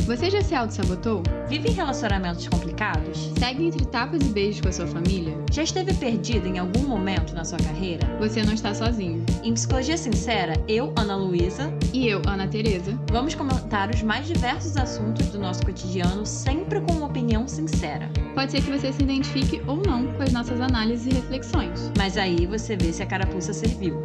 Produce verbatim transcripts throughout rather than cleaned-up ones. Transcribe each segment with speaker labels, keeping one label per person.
Speaker 1: Você já se auto-sabotou?
Speaker 2: Vive em relacionamentos complicados?
Speaker 1: Segue entre tapas e beijos com a sua família?
Speaker 2: Já esteve perdido em algum momento na sua carreira?
Speaker 1: Você não está sozinho.
Speaker 2: Em Psicologia Sincera, eu, Ana Luísa,
Speaker 1: e eu, Ana Tereza,
Speaker 2: vamos comentar os mais diversos assuntos do nosso cotidiano, sempre com uma opinião sincera.
Speaker 1: Pode ser que você se identifique ou não com as nossas análises e reflexões.
Speaker 2: Mas aí você vê se a carapuça serviu.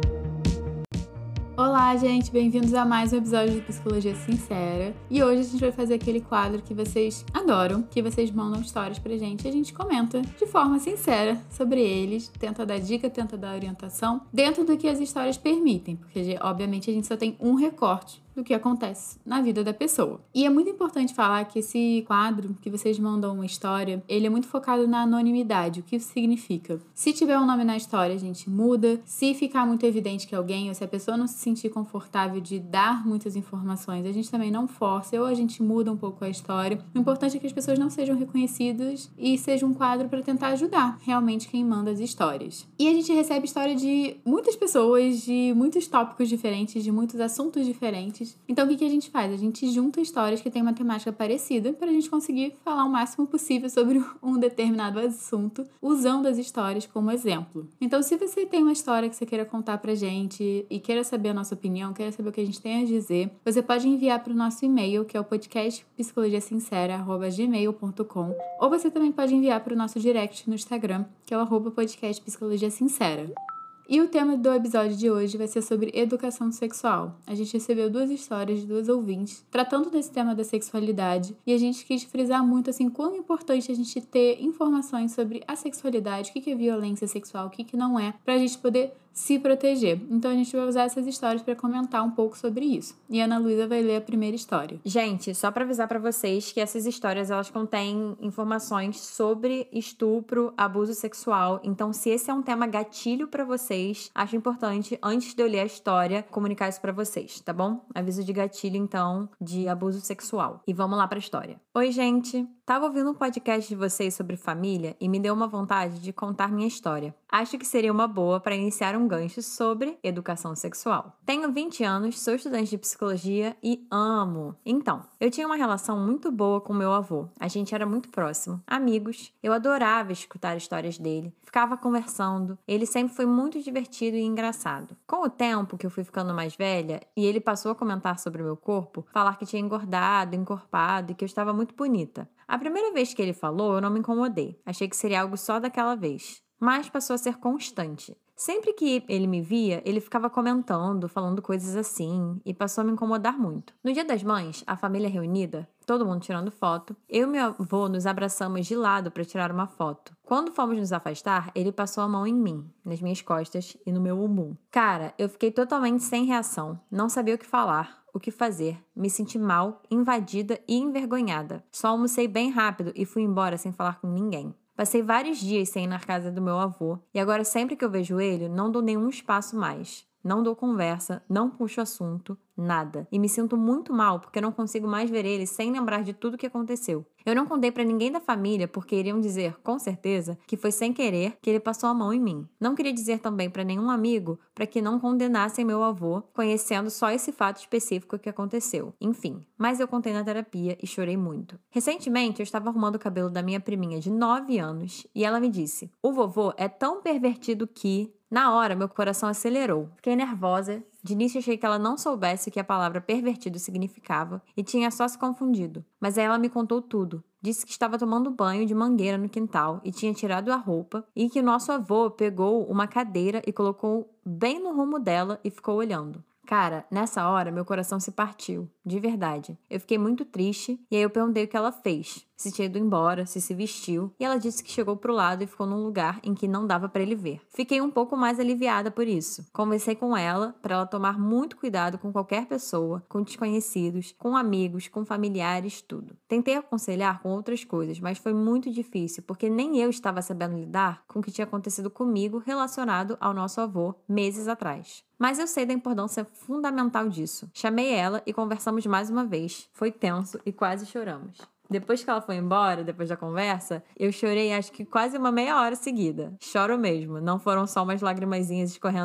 Speaker 1: Olá, gente! Bem-vindos a mais um episódio de Psicologia Sincera. E hoje a gente vai fazer aquele quadro que vocês adoram, que vocês mandam histórias pra gente e a gente comenta de forma sincera sobre eles, tenta dar dica, tenta dar orientação, dentro do que as histórias permitem, porque obviamente a gente só tem um recorte do que acontece na vida da pessoa. E é muito importante falar que esse quadro, que vocês mandam uma história, ele é muito focado na anonimidade. O que isso significa? Se tiver um nome na história, a gente muda. Se ficar muito evidente que alguém, ou se a pessoa não se sentir confortável de dar muitas informações, a gente também não força, ou a gente muda um pouco a história. O importante é que as pessoas não sejam reconhecidas e seja um quadro para tentar ajudar realmente quem manda as histórias. E a gente recebe história de muitas pessoas, de muitos tópicos diferentes, de muitos assuntos diferentes. Então, o que, que a gente faz? A gente junta histórias que têm uma temática parecida para a gente conseguir falar o máximo possível sobre um determinado assunto, usando as histórias como exemplo. Então, se você tem uma história que você queira contar pra gente e queira saber a nossa opinião, queira saber o que a gente tem a dizer, você pode enviar para o nosso e-mail, que é o podcast psicologia sincera arroba gmail ponto com, ou você também pode enviar para o nosso direct no Instagram, que é o arroba podcast psicologia sincera. E o tema do episódio de hoje vai ser sobre educação sexual. A gente recebeu duas histórias de duas ouvintes tratando desse tema da sexualidade e a gente quis frisar muito assim quão importante a gente ter informações sobre a sexualidade, o que é violência sexual, o que não é, pra gente poder se proteger. Então a gente vai usar essas histórias para comentar um pouco sobre isso. E a Ana Luísa vai ler a primeira história.
Speaker 2: Gente, só para avisar para vocês que essas histórias elas contêm informações sobre estupro, abuso sexual. Então, se esse é um tema gatilho para vocês, acho importante antes de eu ler a história comunicar isso para vocês, tá bom? Aviso de gatilho então de abuso sexual. E vamos lá para a história. Oi, gente. Tava ouvindo um podcast de vocês sobre família e me deu uma vontade de contar minha história. Acho que seria uma boa para iniciar um gancho sobre educação sexual. Tenho vinte anos, sou estudante de psicologia e amo. Então, eu tinha uma relação muito boa com meu avô. A gente era muito próximo, amigos. Eu adorava escutar histórias dele, ficava conversando. Ele sempre foi muito divertido e engraçado. Com o tempo que eu fui ficando mais velha e ele passou a comentar sobre o meu corpo, falar que tinha engordado, encorpado e que eu estava muito bonita. A primeira vez que ele falou, eu não me incomodei. Achei que seria algo só daquela vez. Mas passou a ser constante. Sempre que ele me via, ele ficava comentando, falando coisas assim, e passou a me incomodar muito. No Dia das Mães, a família reunida, todo mundo tirando foto, eu e meu avô nos abraçamos de lado para tirar uma foto. Quando fomos nos afastar, ele passou a mão em mim, nas minhas costas e no meu bumbum. Cara, eu fiquei totalmente sem reação, não sabia o que falar, o que fazer, me senti mal, invadida e envergonhada. Só almocei bem rápido e fui embora sem falar com ninguém. Passei vários dias sem ir na casa do meu avô e agora sempre que eu vejo ele, não dou nenhum espaço mais. Não dou conversa, não puxo assunto, nada. E me sinto muito mal porque eu não consigo mais ver ele sem lembrar de tudo que aconteceu. Eu não contei pra ninguém da família porque iriam dizer, com certeza, que foi sem querer que ele passou a mão em mim. Não queria dizer também pra nenhum amigo para que não condenassem meu avô, conhecendo só esse fato específico que aconteceu. Enfim, mas eu contei na terapia e chorei muito. Recentemente, eu estava arrumando o cabelo da minha priminha de nove anos e ela me disse: "O vovô é tão pervertido que..." Na hora, meu coração acelerou. Fiquei nervosa. De início, achei que ela não soubesse o que a palavra pervertido significava e tinha só se confundido. Mas aí ela me contou tudo. Disse que estava tomando banho de mangueira no quintal e tinha tirado a roupa e que o nosso avô pegou uma cadeira e colocou bem no rumo dela e ficou olhando. Cara, nessa hora, meu coração se partiu. De verdade. Eu fiquei muito triste e aí eu perguntei o que ela fez. Se tinha ido embora, se se vestiu. E ela disse que chegou pro lado e ficou num lugar em que não dava pra ele ver. Fiquei um pouco mais aliviada por isso. Conversei com ela pra ela tomar muito cuidado com qualquer pessoa, com desconhecidos, com amigos, com familiares, tudo. Tentei aconselhar com outras coisas, mas foi muito difícil porque nem eu estava sabendo lidar com o que tinha acontecido comigo relacionado ao nosso avô meses atrás. Mas eu sei da importância fundamental disso. Chamei ela e conversamos mais uma vez. Foi tenso e quase choramos. Depois que ela foi embora, depois da conversa, eu chorei acho que quase uma meia hora seguida. Choro mesmo, não foram só umas lagrimazinhas escorrendo não.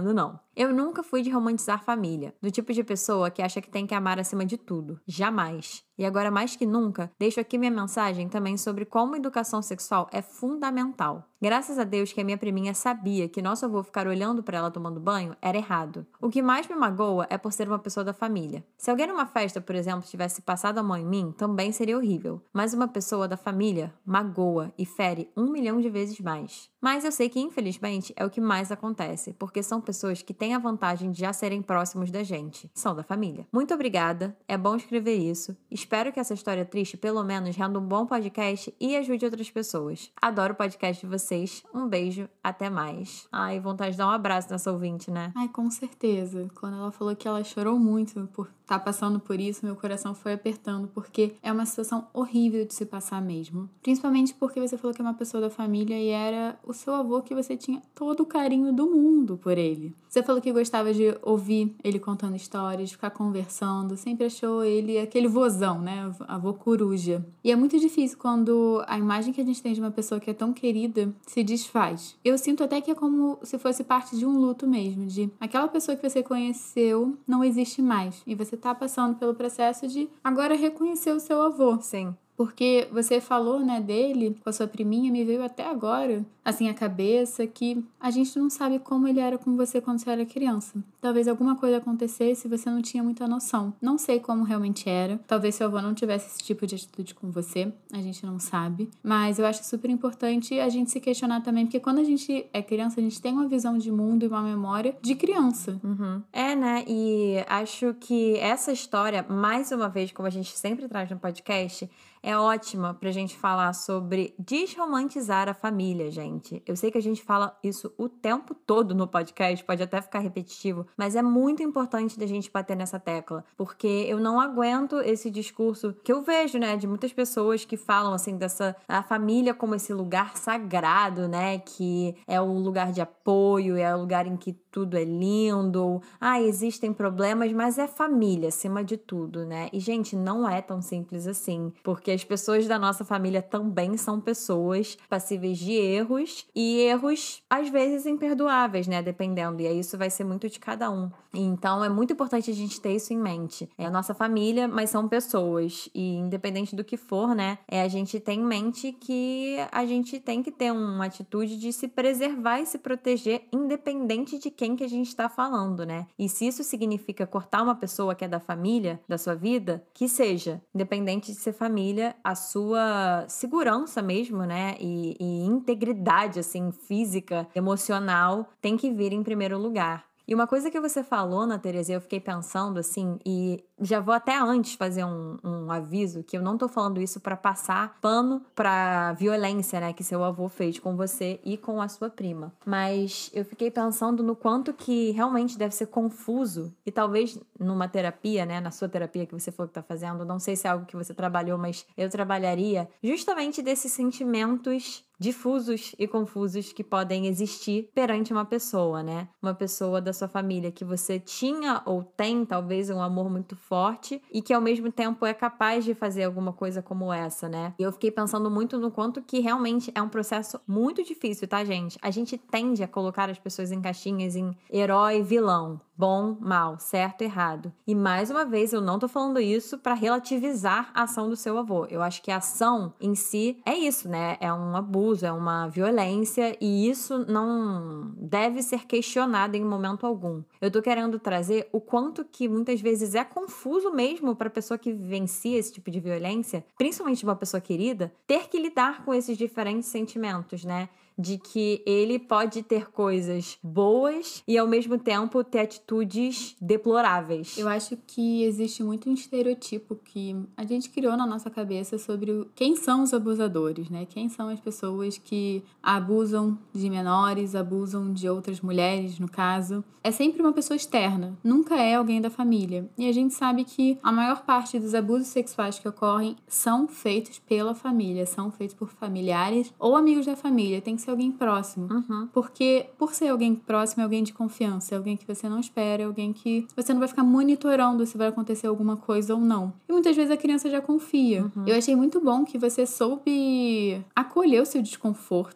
Speaker 2: Eu nunca fui de romantizar família, do tipo de pessoa que acha que tem que amar acima de tudo. Jamais. E agora, mais que nunca, deixo aqui minha mensagem também sobre como educação sexual é fundamental. Graças a Deus que a minha priminha sabia que nosso avô ficar olhando para ela tomando banho era errado. O que mais me magoa é por ser uma pessoa da família. Se alguém numa festa, por exemplo, tivesse passado a mão em mim, também seria horrível. Mas uma pessoa da família magoa e fere um milhão de vezes mais. Mas eu sei que, infelizmente, é o que mais acontece, porque são pessoas que têm a vantagem de já serem próximos da gente. São da família. Muito obrigada, é bom escrever isso. Espero que essa história triste, pelo menos, renda um bom podcast e ajude outras pessoas. Adoro o podcast de vocês. Um beijo, até mais. Ai, vontade de dar um abraço nessa ouvinte, né?
Speaker 1: Ai, com certeza. Quando ela falou que ela chorou muito por estar passando por isso, meu coração foi apertando, porque é uma situação horrível de se passar mesmo. Principalmente porque você falou que é uma pessoa da família e era o seu avô, que você tinha todo o carinho do mundo por ele. Você falou que gostava de ouvir ele contando histórias, ficar conversando, sempre achou ele aquele vozão, né? Avô coruja. E é muito difícil quando a imagem que a gente tem de uma pessoa que é tão querida se desfaz. Eu sinto até que é como se fosse parte de um luto mesmo, de aquela pessoa que você conheceu não existe mais. E você tá passando pelo processo de agora reconhecer o seu avô.
Speaker 2: Sim.
Speaker 1: Porque você falou, né, dele com a sua priminha, me veio até agora, assim, a cabeça, que a gente não sabe como ele era com você quando você era criança. Talvez alguma coisa acontecesse e você não tinha muita noção. Não sei como realmente era. Talvez seu avô não tivesse esse tipo de atitude com você. A gente não sabe. Mas eu acho super importante a gente se questionar também, porque quando a gente é criança, a gente tem uma visão de mundo e uma memória de criança.
Speaker 2: Uhum. É, né? E acho que essa história, mais uma vez, como a gente sempre traz no podcast, é ótima pra gente falar sobre desromantizar a família, gente. Eu sei que a gente fala isso o tempo todo no podcast, pode até ficar repetitivo, mas é muito importante da gente bater nessa tecla, porque eu não aguento esse discurso que eu vejo, né, de muitas pessoas que falam, assim, dessa a família como esse lugar sagrado, né, que é o lugar de apoio, é o lugar em que tudo é lindo, ah, existem problemas, mas é família acima de tudo, né? E, gente, não é tão simples assim, porque as pessoas da nossa família também são pessoas passíveis de erros e erros, às vezes, imperdoáveis, né? Dependendo, e aí isso vai ser muito de cada um. Então, é muito importante a gente ter isso em mente. É a nossa família, mas são pessoas, e independente do que for, né? É a gente ter em mente que a gente tem que ter uma atitude de se preservar e se proteger, independente de quem que a gente está falando, né? E se isso significa cortar uma pessoa que é da família, da sua vida, que seja, independente de ser família, a sua segurança mesmo, né? E, e integridade, assim, física, emocional, tem que vir em primeiro lugar. E uma coisa que você falou, Ana Tereza, eu fiquei pensando assim, e já vou até antes fazer um, um aviso, que eu não tô falando isso pra passar pano pra violência, né, que seu avô fez com você e com a sua prima. Mas eu fiquei pensando no quanto que realmente deve ser confuso, e talvez numa terapia, né, na sua terapia que você falou que tá fazendo, não sei se é algo que você trabalhou, mas eu trabalharia justamente desses sentimentos difusos e confusos que podem existir perante uma pessoa, né? Uma pessoa da sua família que você tinha ou tem, talvez, um amor muito forte e que, ao mesmo tempo, é capaz de fazer alguma coisa como essa, né? E eu fiquei pensando muito no quanto que realmente é um processo muito difícil, tá, gente? A gente tende a colocar as pessoas em caixinhas em herói, vilão, bom, mal, certo, errado. E, mais uma vez, eu não tô falando isso pra relativizar a ação do seu avô. Eu acho que a ação em si é isso, né? É um abuso, é uma violência, e isso não deve ser questionado em momento algum. Eu tô querendo trazer o quanto que muitas vezes é confuso mesmo para a pessoa que vivencia esse tipo de violência, principalmente uma pessoa querida, ter que lidar com esses diferentes sentimentos, né? De que ele pode ter coisas boas e, ao mesmo tempo, ter atitudes deploráveis.
Speaker 1: Eu acho que existe muito um estereotipo que a gente criou na nossa cabeça sobre quem são os abusadores, né? Quem são as pessoas que abusam de menores, abusam de outras mulheres, no caso. É sempre uma pessoa externa, nunca é alguém da família. E a gente sabe que a maior parte dos abusos sexuais que ocorrem são feitos pela família, são feitos por familiares ou amigos da família. Tem que ser alguém próximo.
Speaker 2: Uhum.
Speaker 1: Porque, por ser alguém próximo, é alguém de confiança, é alguém que você não espera, é alguém que você não vai ficar monitorando se vai acontecer alguma coisa ou não. E muitas vezes a criança já confia.
Speaker 2: Uhum.
Speaker 1: Eu achei muito bom que você soube acolher o seu desconforto,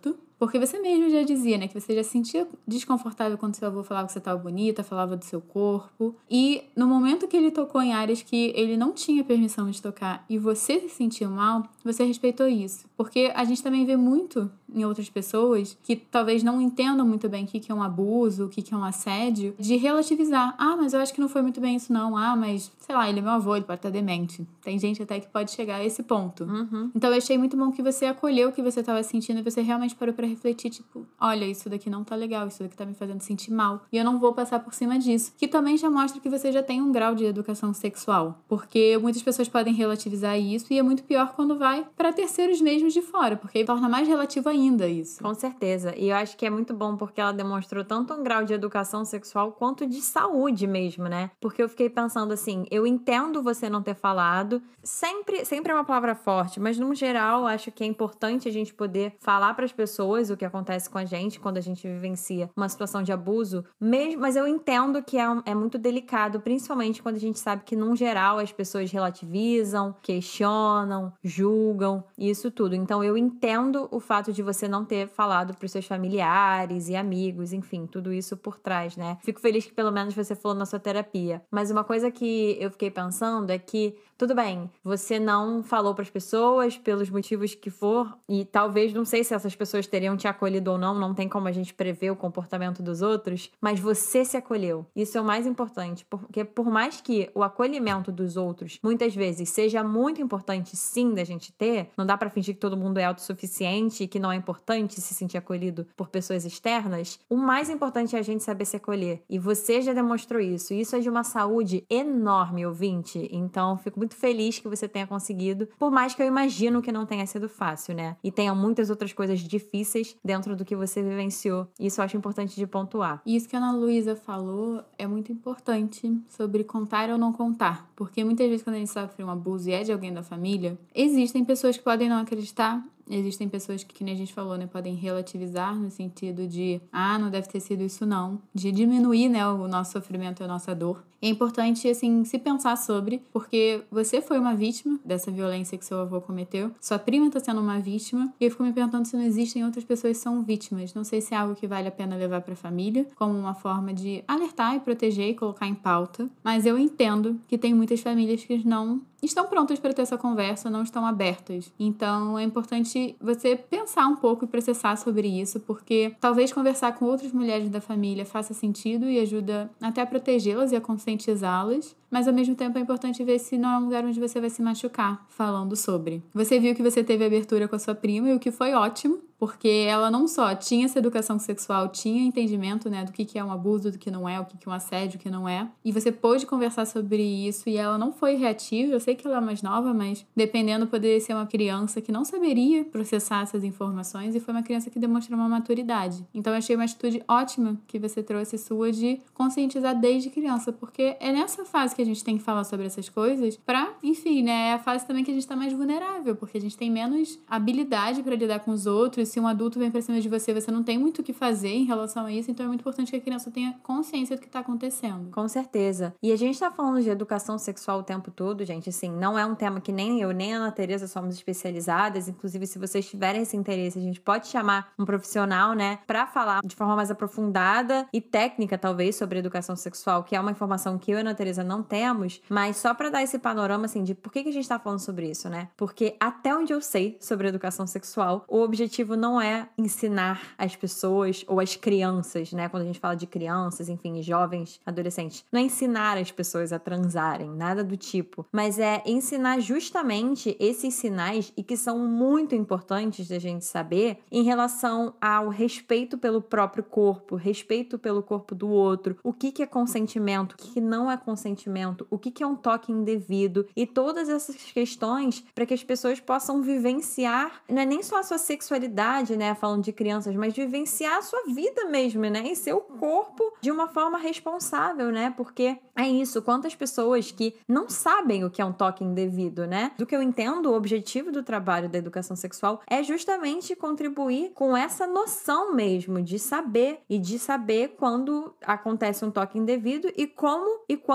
Speaker 1: Porque você mesmo já dizia, né, que você já se sentia desconfortável quando seu avô falava que você estava bonita, falava do seu corpo. E no momento que ele tocou em áreas que ele não tinha permissão de tocar e você se sentiu mal, você respeitou isso. Porque a gente também vê muito em outras pessoas que talvez não entendam muito bem o que é um abuso, o que é um assédio, de relativizar. Ah, mas eu acho que não foi muito bem isso não. Ah, mas, sei lá, ele é meu avô, ele pode estar demente. Tem gente até que pode chegar a esse ponto.
Speaker 2: Uhum.
Speaker 1: Então eu achei muito bom que você acolheu o que você estava sentindo e você realmente parou pra refletir, tipo, olha, isso daqui não tá legal, isso daqui tá me fazendo sentir mal. E eu não vou passar por cima disso. Que também já mostra que você já tem um grau de educação sexual. Porque muitas pessoas podem relativizar isso e é muito pior quando vai pra terceiros mesmos de fora, porque torna mais relativo ainda isso.
Speaker 2: Com certeza. E eu acho que é muito bom porque ela demonstrou tanto um grau de educação sexual quanto de saúde mesmo, né? Porque eu fiquei pensando assim, eu entendo você não ter falado, sempre, sempre é uma palavra forte, mas no geral acho que é importante a gente poder falar para as pessoas o que acontece com a gente quando a gente vivencia uma situação de abuso, mesmo, mas eu entendo que é, um, é muito delicado, principalmente quando a gente sabe que no geral as pessoas relativizam, questionam, julgam, isso tudo. Então eu entendo o fato de você não ter falado para os seus familiares e amigos, enfim, tudo isso por trás, né? Fico feliz que pelo menos você falou na sua terapia. Mas uma coisa que eu fiquei pensando é que, tudo bem, você não falou para as pessoas pelos motivos que for, e talvez, não sei se essas pessoas teriam te acolhido ou não, não tem como a gente prever o comportamento dos outros, mas você se acolheu. Isso é o mais importante, porque por mais que o acolhimento dos outros muitas vezes seja muito importante sim da gente ter, não dá para fingir que todo mundo é autossuficiente e que não é importante se sentir acolhido por pessoas externas. O mais importante é a gente saber se acolher, e você já demonstrou isso, e isso é de uma saúde enorme, ouvinte. Então fico muito feliz que você tenha conseguido, por mais que eu imagino que não tenha sido fácil, né? E tenha muitas outras coisas difíceis dentro do que você vivenciou. Isso eu acho importante de pontuar.
Speaker 1: E isso que a Ana Luísa falou é muito importante sobre contar ou não contar. Porque muitas vezes quando a gente sofre um abuso e é de alguém da família, existem pessoas que podem não acreditar. Existem pessoas que, que nem a gente falou, né, podem relativizar no sentido de, ah, não deve ter sido isso não, de diminuir, né, o nosso sofrimento e a nossa dor. É importante, assim, se pensar sobre, porque você foi uma vítima dessa violência que seu avô cometeu, sua prima tá sendo uma vítima, e eu fico me perguntando se não existem outras pessoas que são vítimas. Não sei se é algo que vale a pena levar pra família, como uma forma de alertar e proteger e colocar em pauta, mas eu entendo que tem muitas famílias que não estão prontas para ter essa conversa, não estão abertas. Então é importante você pensar um pouco e processar sobre isso, porque talvez conversar com outras mulheres da família faça sentido e ajuda até a protegê-las e a conscientizá-las, mas ao mesmo tempo é importante ver se não é um lugar onde você vai se machucar falando sobre. Você viu que você teve abertura com a sua prima, e o que foi ótimo, porque ela não só tinha essa educação sexual, tinha entendimento, né, do que que é um abuso, do que não é, o que que é um assédio, o que não é, e você pôde conversar sobre isso, e ela não foi reativa. Eu sei que ela é mais nova, mas dependendo, poderia ser uma criança que não saberia processar essas informações, e foi uma criança que demonstrou uma maturidade. Então eu achei uma atitude ótima que você trouxe sua de conscientizar desde criança, porque é nessa fase que a gente tem que falar sobre essas coisas pra, enfim, né, é a fase também que a gente tá mais vulnerável, porque a gente tem menos habilidade pra lidar com os outros. Se um adulto vem pra cima de você, você não tem muito o que fazer em relação a isso, então é muito importante que a criança tenha consciência do que tá acontecendo.
Speaker 2: Com certeza. E a gente tá falando de educação sexual o tempo todo, gente, assim, não é um tema que nem eu, nem a Ana Teresa somos especializadas. Inclusive, se vocês tiverem esse interesse, a gente pode chamar um profissional, né, pra falar de forma mais aprofundada e técnica, talvez, sobre educação sexual, que é uma informação que eu e a Ana Teresa não temos, mas só pra dar esse panorama, assim, de por que que a gente tá falando sobre isso, né? Porque até onde eu sei sobre educação sexual, o objetivo não é ensinar as pessoas ou as crianças, né? Quando a gente fala de crianças, enfim, jovens, adolescentes, não é ensinar as pessoas a transarem, nada do tipo, mas é ensinar justamente esses sinais, e que são muito importantes da gente saber em relação ao respeito pelo próprio corpo, respeito pelo corpo do outro, o que que é consentimento, o que que não é consentimento, o que que é um toque indevido, e todas essas questões para que as pessoas possam vivenciar, não é nem só a sua sexualidade, né, falando de crianças, mas vivenciar a sua vida mesmo, né, e seu corpo de uma forma responsável, né, porque é isso, quantas pessoas que não sabem o que é um toque indevido, né? Do que eu entendo, o objetivo do trabalho da educação sexual é justamente contribuir com essa noção mesmo de saber, e de saber quando acontece um toque indevido e como e quando é importante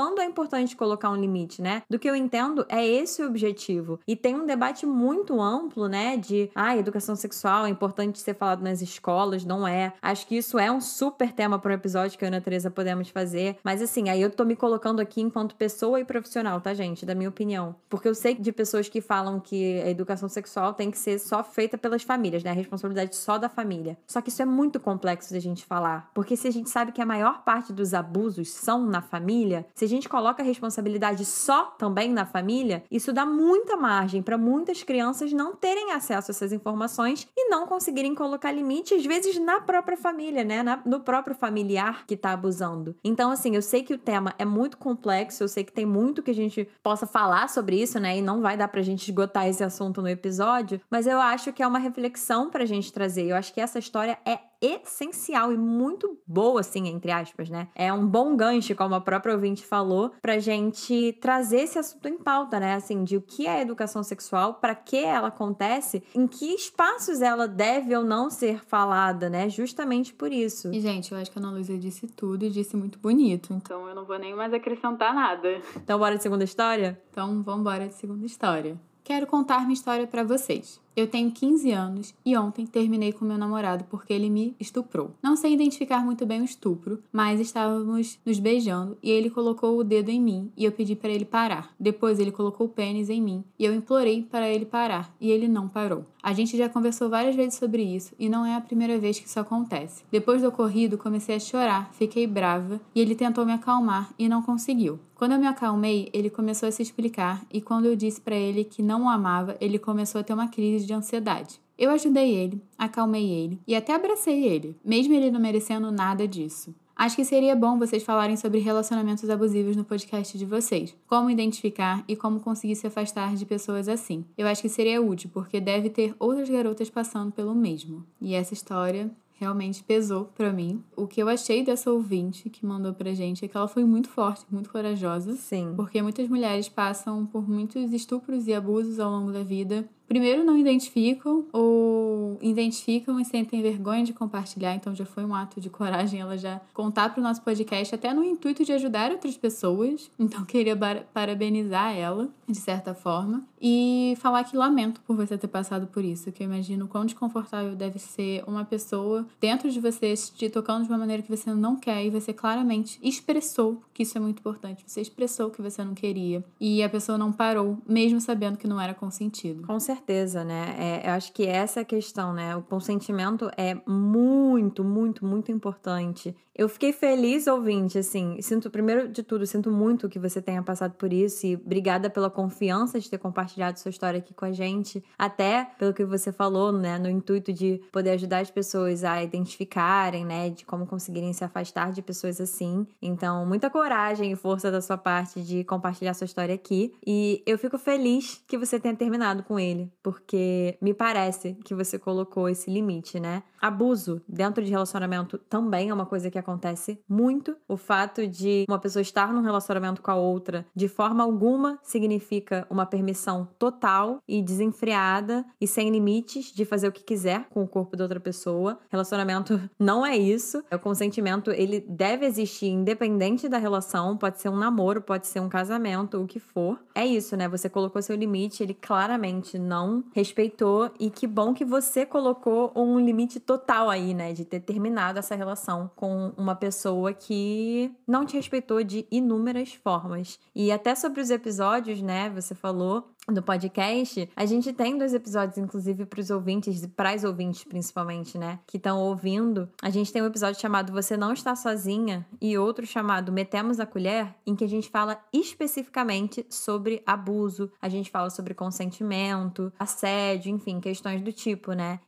Speaker 2: importante colocar um limite, né? Do que eu entendo, é esse o objetivo. E tem um debate muito amplo, né? De, ah, educação sexual é importante ser falado nas escolas, não é. Acho que isso é um super tema para um episódio que eu e a Ana Teresa podemos fazer. Mas assim, aí eu tô me colocando aqui enquanto pessoa e profissional, tá, gente? Da minha opinião. Porque eu sei de pessoas que falam que a educação sexual tem que ser só feita pelas famílias, né? A responsabilidade só da família. Só que isso é muito complexo da gente falar. Porque se a gente sabe que a maior parte dos abusos são na família, se a gente coloca a responsabilidade só também na família, isso dá muita margem para muitas crianças não terem acesso a essas informações e não conseguirem colocar limite, às vezes na própria família, né? Na, no próprio familiar que tá abusando. Então, assim, eu sei que o tema é muito complexo, eu sei que tem muito que a gente possa falar sobre isso, né? E não vai dar pra gente esgotar esse assunto no episódio, mas eu acho que é uma reflexão pra gente trazer. Eu acho que essa história é essencial e muito boa, assim, entre aspas, né? É um bom gancho, como a própria ouvinte falou, pra gente trazer esse assunto em pauta, né? Assim, de o que é educação sexual, pra que ela acontece, em que espaços ela deve ou não ser falada, né? Justamente por isso.
Speaker 1: E, gente, eu acho que a Ana Luísa disse tudo e disse muito bonito, então eu não vou nem mais acrescentar nada.
Speaker 2: Então, bora de segunda história?
Speaker 1: Então, vamos embora de segunda história. Quero contar minha história pra vocês. Eu tenho quinze anos e ontem terminei com meu namorado porque ele me estuprou. Não sei identificar muito bem o estupro, mas estávamos nos beijando e ele colocou o dedo em mim e eu pedi para ele parar. Depois ele colocou o pênis em mim e eu implorei para ele parar e ele não parou. A gente já conversou várias vezes sobre isso e não é a primeira vez que isso acontece. Depois do ocorrido, comecei a chorar, fiquei brava e ele tentou me acalmar e não conseguiu. Quando eu me acalmei, ele começou a se explicar e quando eu disse para ele que não o amava, ele começou a ter uma crise de ansiedade. Eu ajudei ele, acalmei ele e até abracei ele, mesmo ele não merecendo nada disso. Acho que seria bom vocês falarem sobre relacionamentos abusivos no podcast de vocês, como identificar e como conseguir se afastar de pessoas assim. Eu acho que seria útil, porque deve ter outras garotas passando pelo mesmo. E essa história realmente pesou pra mim. O que eu achei dessa ouvinte que mandou pra gente é que ela foi muito forte, muito corajosa.
Speaker 2: Sim.
Speaker 1: Porque muitas mulheres passam por muitos estupros e abusos ao longo da vida. Primeiro, não identificam ou identificam e sentem vergonha de compartilhar. Então, já foi um ato de coragem ela já contar pro nosso podcast, até no intuito de ajudar outras pessoas. Então, queria bar- parabenizar ela, de certa forma. E falar que lamento por você ter passado por isso. Que eu imagino o quão desconfortável deve ser uma pessoa dentro de você te tocando de uma maneira que você não quer. E você claramente expressou, que isso é muito importante. Você expressou que você não queria. E a pessoa não parou, mesmo sabendo que não era consentido.
Speaker 2: Com certeza. certeza, né? É, eu acho que essa é a questão, né? O consentimento é muito, muito, muito importante. Eu fiquei feliz, ouvinte, assim, sinto, primeiro de tudo, sinto muito que você tenha passado por isso e obrigada pela confiança de ter compartilhado sua história aqui com a gente, até pelo que você falou, né? No intuito de poder ajudar as pessoas a identificarem, né? De como conseguirem se afastar de pessoas assim. Então, muita coragem e força da sua parte de compartilhar sua história aqui. E eu fico feliz que você tenha terminado com ele, porque me parece que você colocou esse limite, né? Abuso dentro de relacionamento também é uma coisa que acontece muito. O fato de uma pessoa estar num relacionamento com a outra de forma alguma significa uma permissão total e desenfreada e sem limites de fazer o que quiser com o corpo da outra pessoa. Relacionamento não é isso. O consentimento, ele deve existir independente da relação. Pode ser um namoro, pode ser um casamento, o que for. É isso, né? Você colocou seu limite, ele claramente não respeitou e que bom que você colocou um limite total aí, né? De ter terminado essa relação com uma pessoa que não te respeitou de inúmeras formas. E até sobre os episódios, né? Você falou do podcast, a gente tem dois episódios, inclusive, para os ouvintes, para as ouvintes principalmente, né, que estão ouvindo. A gente tem um episódio chamado Você Não Está Sozinha e outro chamado Metemos a Colher, em que a gente fala especificamente sobre abuso, a gente fala sobre consentimento, assédio, enfim, questões do tipo, né.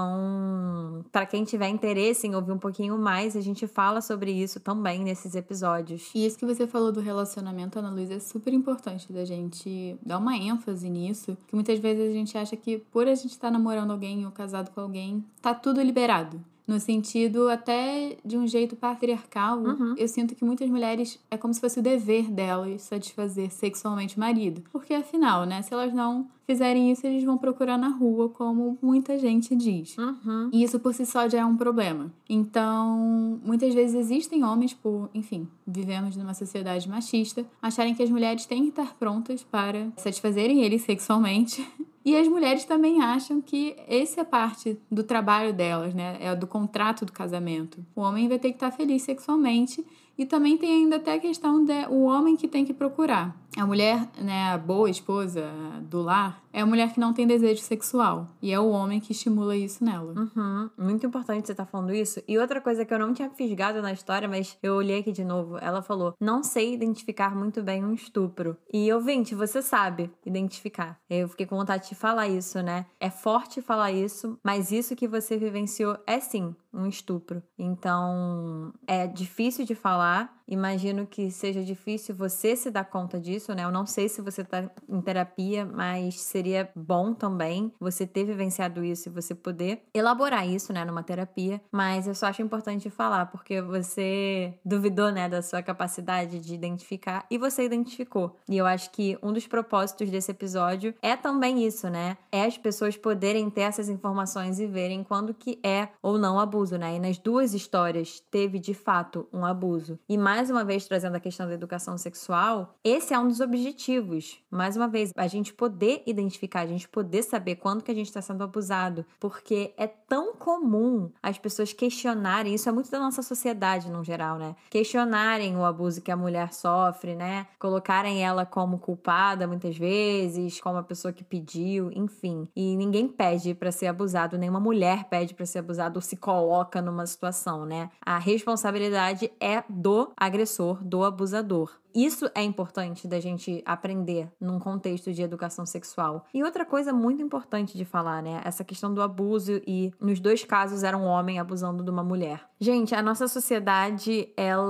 Speaker 2: Então, para quem tiver interesse em ouvir um pouquinho mais, a gente fala sobre isso também nesses episódios.
Speaker 1: E isso que você falou do relacionamento, Ana Luísa, é super importante da gente dar uma ênfase nisso, que muitas vezes a gente acha que por a gente estar namorando alguém ou casado com alguém, tá tudo liberado. no sentido até de um jeito patriarcal.
Speaker 2: Uhum.
Speaker 1: Eu sinto que muitas mulheres, é como se fosse o dever delas satisfazer sexualmente o marido. Porque afinal, né, se elas não fizerem isso, eles vão procurar na rua, como muita gente diz.
Speaker 2: Uhum.
Speaker 1: E isso por si só já é um problema. Então, muitas vezes existem homens, por, enfim, vivemos numa sociedade machista, acharem que as mulheres têm que estar prontas para satisfazerem eles sexualmente. E as mulheres também acham que essa é parte do trabalho delas, né? É do contrato do casamento. O homem vai ter que estar feliz sexualmente. E também tem ainda até a questão do o homem que tem que procurar. A mulher, né, a boa esposa do lar, é a mulher que não tem desejo sexual. E é o homem que estimula isso nela.
Speaker 2: Uhum. Muito importante você estar falando isso. E outra coisa que eu não tinha fisgado na história, mas eu olhei aqui de novo. Ela falou, não sei identificar muito bem um estupro. E, ouvinte, você sabe identificar. Eu fiquei com vontade de falar isso, né? É forte falar isso, mas isso que você vivenciou é sim um estupro. Então, é difícil de falar. Imagino que seja difícil você se dar conta disso, né? Eu não sei se você tá em terapia, mas seria bom também você ter vivenciado isso e você poder elaborar isso, né, numa terapia. Mas eu só acho importante falar, porque você duvidou, né, da sua capacidade de identificar e você identificou. E eu acho que um dos propósitos desse episódio é também isso, né? É as pessoas poderem ter essas informações e verem quando que é ou não abuso, né? E nas duas histórias teve, de fato, um abuso. E mais uma vez, trazendo a questão da educação sexual, esse é um dos objetivos. Mais uma vez, a gente poder identificar, a gente poder saber quando que a gente está sendo abusado, porque é tão comum as pessoas questionarem, isso é muito da nossa sociedade no geral, né? Questionarem o abuso que a mulher sofre, né? Colocarem ela como culpada muitas vezes, como a pessoa que pediu, enfim. E ninguém pede para ser abusado, nenhuma mulher pede para ser abusado ou se coloca numa situação, né? A responsabilidade é do agressor, do abusador. Isso é importante da gente aprender num contexto de educação sexual. E outra coisa muito importante de falar, né? Essa questão do abuso e nos dois casos era um homem abusando de uma mulher. Gente, a nossa sociedade,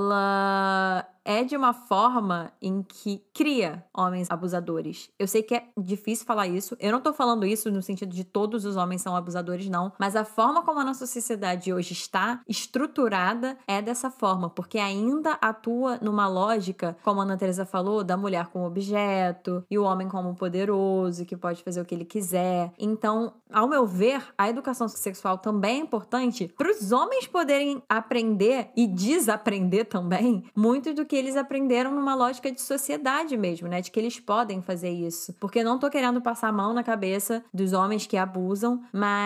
Speaker 2: ela é de uma forma em que cria homens abusadores. Eu sei que é difícil falar isso. Eu não tô falando isso no sentido de todos os homens são abusadores, não. Mas a forma como a nossa sociedade hoje está estruturada é dessa forma. Porque ainda atua numa lógica, como a Ana Teresa falou, da mulher como objeto e o homem como poderoso, que pode fazer o que ele quiser. Então, ao meu ver, a educação sexual também é importante para os homens poderem aprender e desaprender também muito do que eles aprenderam numa lógica de sociedade mesmo, né? De que eles podem fazer isso. Porque eu não tô querendo passar a mão na cabeça dos homens que abusam,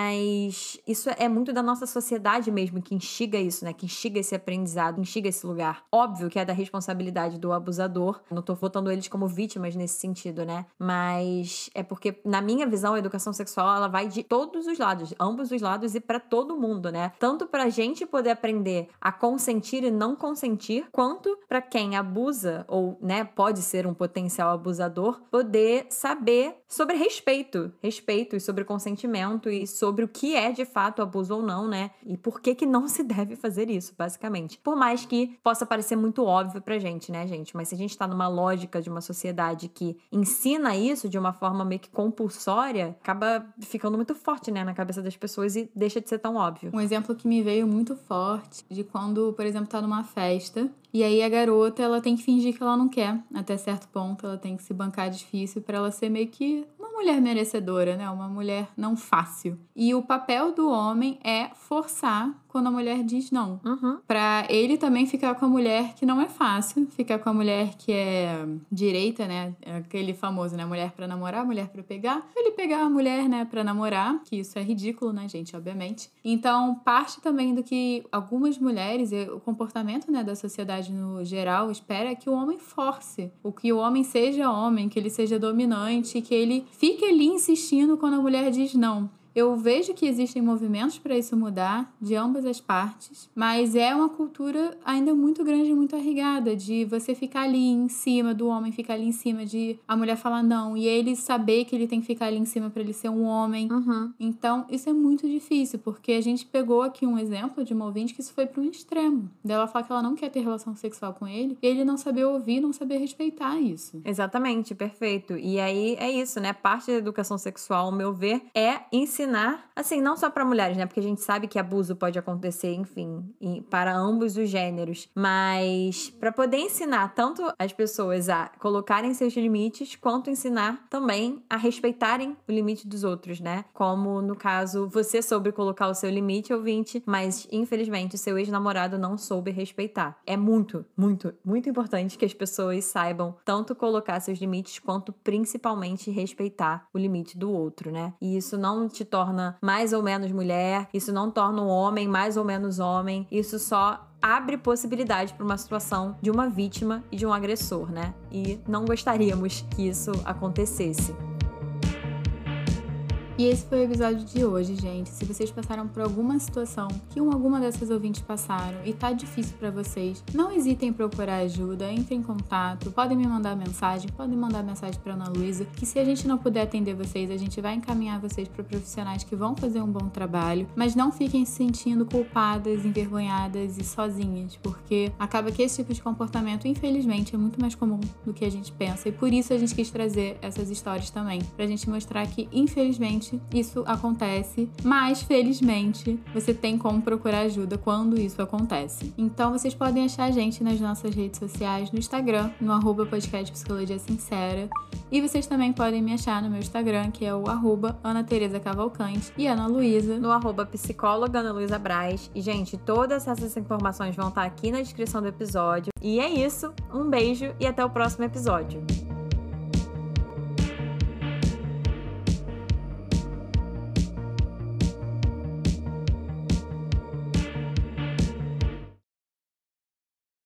Speaker 2: mas isso é muito da nossa sociedade mesmo que instiga isso, né? Que instiga esse aprendizado, instiga esse lugar. Óbvio que é da responsabilidade do abusador. Não tô botando eles como vítimas nesse sentido, né? Mas é porque, na minha visão, a educação sexual, ela vai de todos os lados, ambos os lados e pra todo mundo, né? Tanto pra gente poder aprender a consentir e não consentir, quanto pra quem abusa ou, né, pode ser um potencial abusador, poder saber sobre respeito, respeito e sobre consentimento e sobre o que é de fato abuso ou não, né? E por que que não se deve fazer isso, basicamente. Por mais que possa parecer muito óbvio pra gente, né, gente? Mas se a gente tá numa lógica de uma sociedade que ensina isso de uma forma meio que compulsória, acaba ficando muito forte, né, na cabeça das pessoas e deixa de ser tão óbvio.
Speaker 1: Um exemplo que me veio muito forte de quando, por exemplo, tá numa festa e aí a garota, ela tem que fingir que ela não quer, até certo ponto, ela tem que se bancar difícil pra ela ser meio que uma mulher merecedora, né? Uma mulher não fácil. E o papel do homem é forçar quando a mulher diz não.
Speaker 2: Uhum.
Speaker 1: Pra ele também ficar com a mulher que não é fácil, ficar com a mulher que é direita, né? Aquele famoso, né? Mulher pra namorar, mulher pra pegar. Ele pegar a mulher, né, pra namorar, que isso é ridículo, né, gente, obviamente. Então, parte também do que algumas mulheres, e o comportamento, né, da sociedade no geral, espera que o homem force, o que o homem seja homem, que ele seja dominante, que ele fique ali insistindo quando a mulher diz não. Eu vejo que existem movimentos para isso mudar, de ambas as partes, mas é uma cultura ainda muito grande e muito arraigada, de você ficar ali em cima do homem, ficar ali em cima de a mulher falar não, e ele saber que ele tem que ficar ali em cima para ele ser um homem.
Speaker 2: Uhum.
Speaker 1: Então, isso é muito difícil, porque a gente pegou aqui um exemplo de uma ouvinte que isso foi para um extremo, dela falar que ela não quer ter relação sexual com ele, e ele não saber ouvir, não saber respeitar isso.
Speaker 2: Exatamente, perfeito. E aí é isso, né? Parte da educação sexual, ao meu ver, é ensinar ensinar, assim, não só para mulheres, né? Porque a gente sabe que abuso pode acontecer, enfim, para ambos os gêneros, mas para poder ensinar tanto as pessoas a colocarem seus limites, quanto ensinar também a respeitarem o limite dos outros, né? Como no caso, você soube colocar o seu limite, ouvinte, mas infelizmente o seu ex-namorado não soube respeitar. É muito, muito, muito importante que as pessoas saibam tanto colocar seus limites, quanto principalmente respeitar o limite do outro, né? E isso não te torna mais ou menos mulher, isso não torna um homem mais ou menos homem, isso só abre possibilidade para uma situação de uma vítima e de um agressor, né? E não gostaríamos que isso acontecesse.
Speaker 1: E esse foi o episódio de hoje, gente. Se vocês passaram por alguma situação que um, alguma dessas ouvintes passaram e tá difícil pra vocês, não hesitem em procurar ajuda, entrem em contato, podem me mandar mensagem, podem mandar mensagem pra Ana Luísa, que se a gente não puder atender vocês, a gente vai encaminhar vocês para profissionais que vão fazer um bom trabalho, mas não fiquem se sentindo culpadas, envergonhadas e sozinhas, porque acaba que esse tipo de comportamento, infelizmente, é muito mais comum do que a gente pensa, e por isso a gente quis trazer essas histórias também, pra gente mostrar que, infelizmente, isso acontece, mas felizmente você tem como procurar ajuda quando isso acontece. Então vocês podem achar a gente nas nossas redes sociais, no Instagram, no arroba podcast Psicologia Sincera, e vocês também podem me achar no meu Instagram, que é o arroba Ana Tereza Cavalcante, e Ana Luísa
Speaker 2: no arroba psicóloga Ana Luísa Braz. E gente, todas essas informações vão estar aqui na descrição do episódio. E é isso, um beijo e até o próximo episódio.